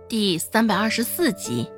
第324集。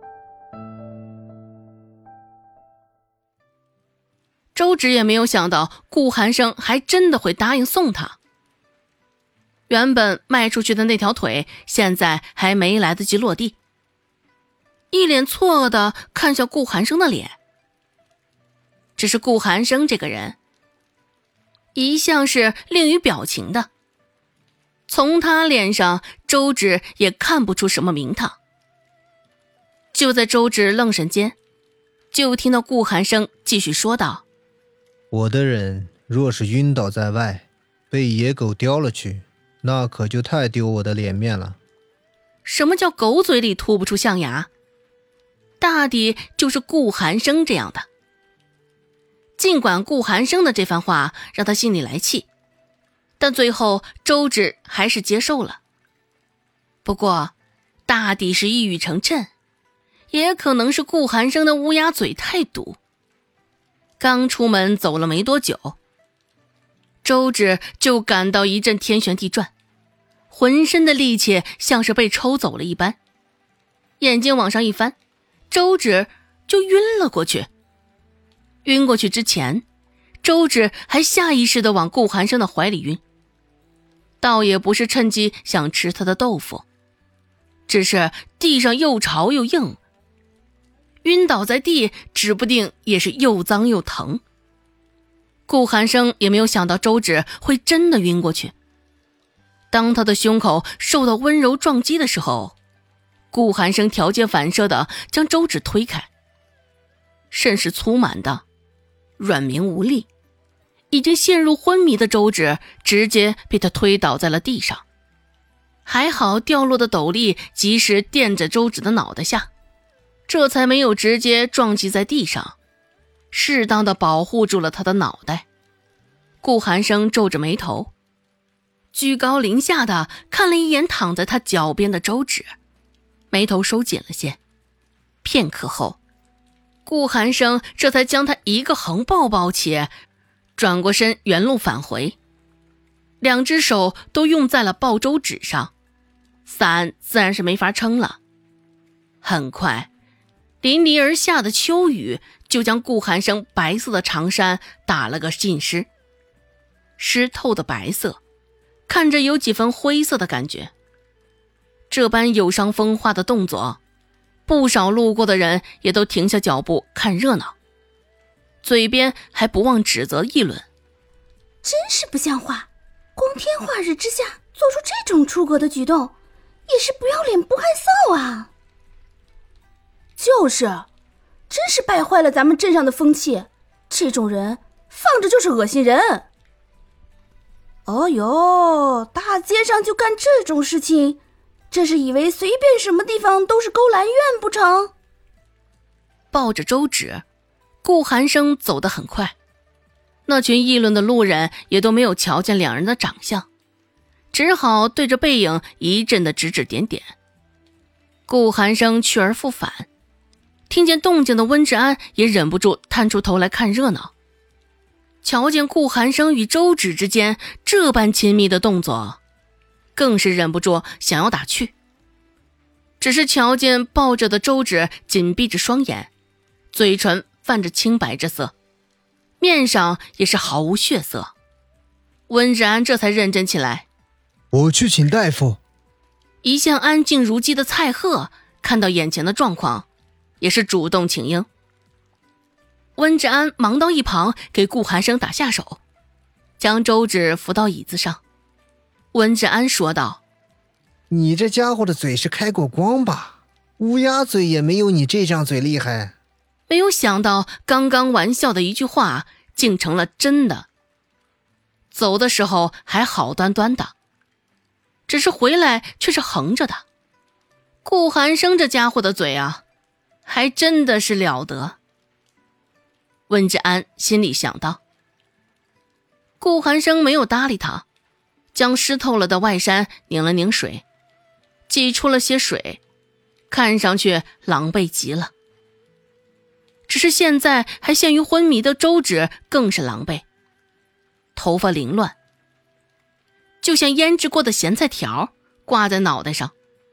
周芷也没有想到顾寒生还真的会答应送他。原本迈出去的那条腿现在还没来得及落地，一脸错愕地看向顾寒生的脸。只是顾寒生这个人一向是吝于表情的，从他脸上周芷也看不出什么名堂。就在周芷愣神间，就听到顾寒生继续说道： 我的人若是晕倒在外，被野狗叼了去，那可就太丢我的脸面了。 什么叫狗嘴里吐不出象牙？大抵就是顾寒生这样的。尽管顾寒生的这番话让他心里来气，但最后周芷还是接受了。不过大抵是一语成谶，也可能是顾寒生的乌鸦嘴太毒。刚出门走了没多久，周芷就感到一阵天旋地转，浑身的力气像是被抽走了一般，眼睛往上一翻，周芷就晕了过去。晕过去之前，周芷还下意识地往顾寒生的怀里晕，倒也不是趁机想吃他的豆腐，只是地上又潮又硬，晕倒在地指不定也是又脏又疼。顾寒生也没有想到周芷会真的晕过去。当他的胸口受到温柔撞击的时候，顾寒生条件反射地将周芷推开，甚是粗蛮的软绵无力，已经陷入昏迷的周芷直接被他推倒在了地上。还好掉落的斗笠及时垫着周芷的脑袋下，这才没有直接撞击在地上，适当的保护住了他的脑袋。顾寒生皱着眉头，居高临下的看了一眼躺在他脚边的周芷，眉头收紧了些。片刻后，顾寒生这才将他一个横抱抱起，转过身原路返回，两只手都用在了抱周芷上，伞自然是没法撑了。很快，淋漓而下的秋雨就将顾寒生白色的长衫打了个浸湿，湿透的白色看着有几分灰色的感觉。这般有伤风化的动作，不少路过的人也都停下脚步看热闹，嘴边还不忘指责议论： 真是不像话，光天化日之下做出这种出格的举动，也是不要脸不害臊啊！就是，真是败坏了咱们镇上的风气，这种人放着就是恶心人。哦哟，大街上就干这种事情，这是以为随便什么地方都是勾栏院不成？ 抱着周芷，顾寒生走得很快，那群议论的路人也都没有瞧见两人的长相，只好对着背影一阵的指指点点。顾寒生去而复返，听见动静的温志安也忍不住探出头来看热闹。瞧见顾寒生与周芷之间这般亲密的动作，更是忍不住想要打趣。只是瞧见抱着的周芷紧闭着双眼，嘴唇泛着青白之色，面上也是毫无血色。温志安这才认真起来： 我去请大夫。 一向安静如鸡的蔡贺看到眼前的状况，也是主动请缨。温志安忙到一旁给顾寒生打下手，将周芷扶到椅子上。温志安说道： 你这家伙的嘴是开过光吧？乌鸦嘴也没有你这张嘴厉害。 没有想到刚刚玩笑的一句话竟成了真的。走的时候还好端端的，只是回来却是横着的。顾寒生这家伙的嘴啊，还真的是了得。温志安心里想到。顾寒生没有搭理他，将湿透了的外衫拧了拧水，挤出了些水，看上去狼狈极了。只是现在还陷于昏迷的周芷更是狼狈，头发凌乱，就像腌制过的咸菜条挂在脑袋上，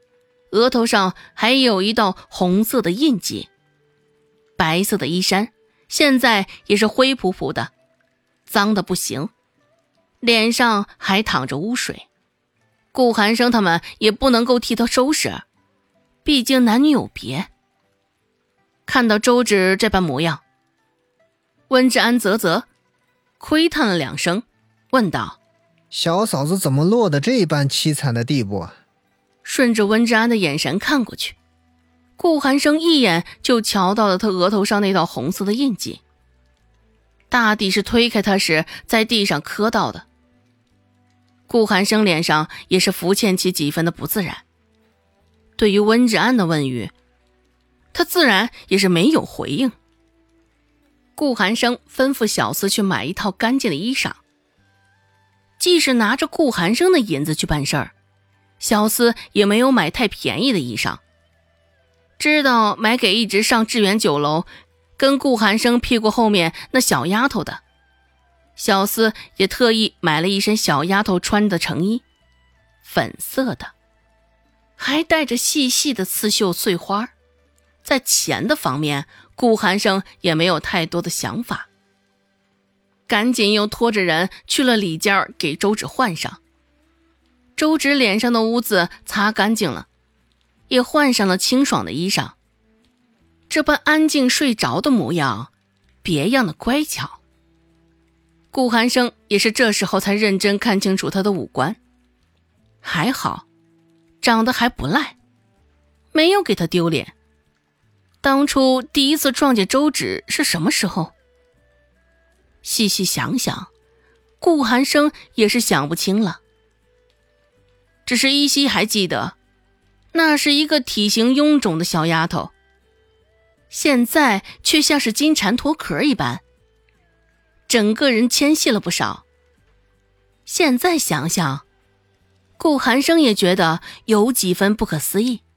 额头上还有一道红色的印记。白色的衣衫现在也是灰扑扑的，脏得不行，脸上还淌着污水。顾寒生他们也不能够替他收拾，毕竟男女有别。看到周芷这般模样，温志安啧，亏叹了2声，问道： 小嫂子怎么落得这般凄惨的地步啊？ 顺着温志安的眼神看过去，顾寒生一眼就瞧到了他额头上那道红色的印记，大抵是推开他时在地上磕到的。顾寒生脸上也是浮现起几分的不自然。对于温志安的问语，他自然也是没有回应。顾寒生吩咐小厮去买一套干净的衣裳，即使拿着顾寒生的银子去办事儿，小厮也没有买太便宜的衣裳，知道买给一直上致远酒楼跟顾寒生屁股后面那小丫头的。小厮也特意买了一身小丫头穿的成衣，粉色的，还带着细细的刺绣碎花。在钱的方面，顾寒生也没有太多的想法，赶紧又拖着人去了里间给周芷换上。周芷脸上的污渍擦干净了，也换上了清爽的衣裳，这般安静睡着的模样，别样的乖巧。顾寒生也是这时候才认真看清楚他的五官，还好长得还不赖，没有给他丢脸。当初第一次撞见周芷是什么时候？细细想想，顾寒生也是想不清了，只是依稀还记得那是一个体型臃肿的小丫头，现在却像是金蝉脱壳一般，整个人纤细了不少。现在想想，顾寒生也觉得有几分不可思议。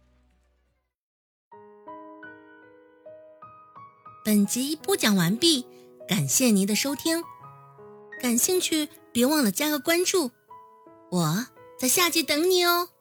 本集播讲完毕，感谢您的收听。感兴趣别忘了加个关注，我在下集等你哦。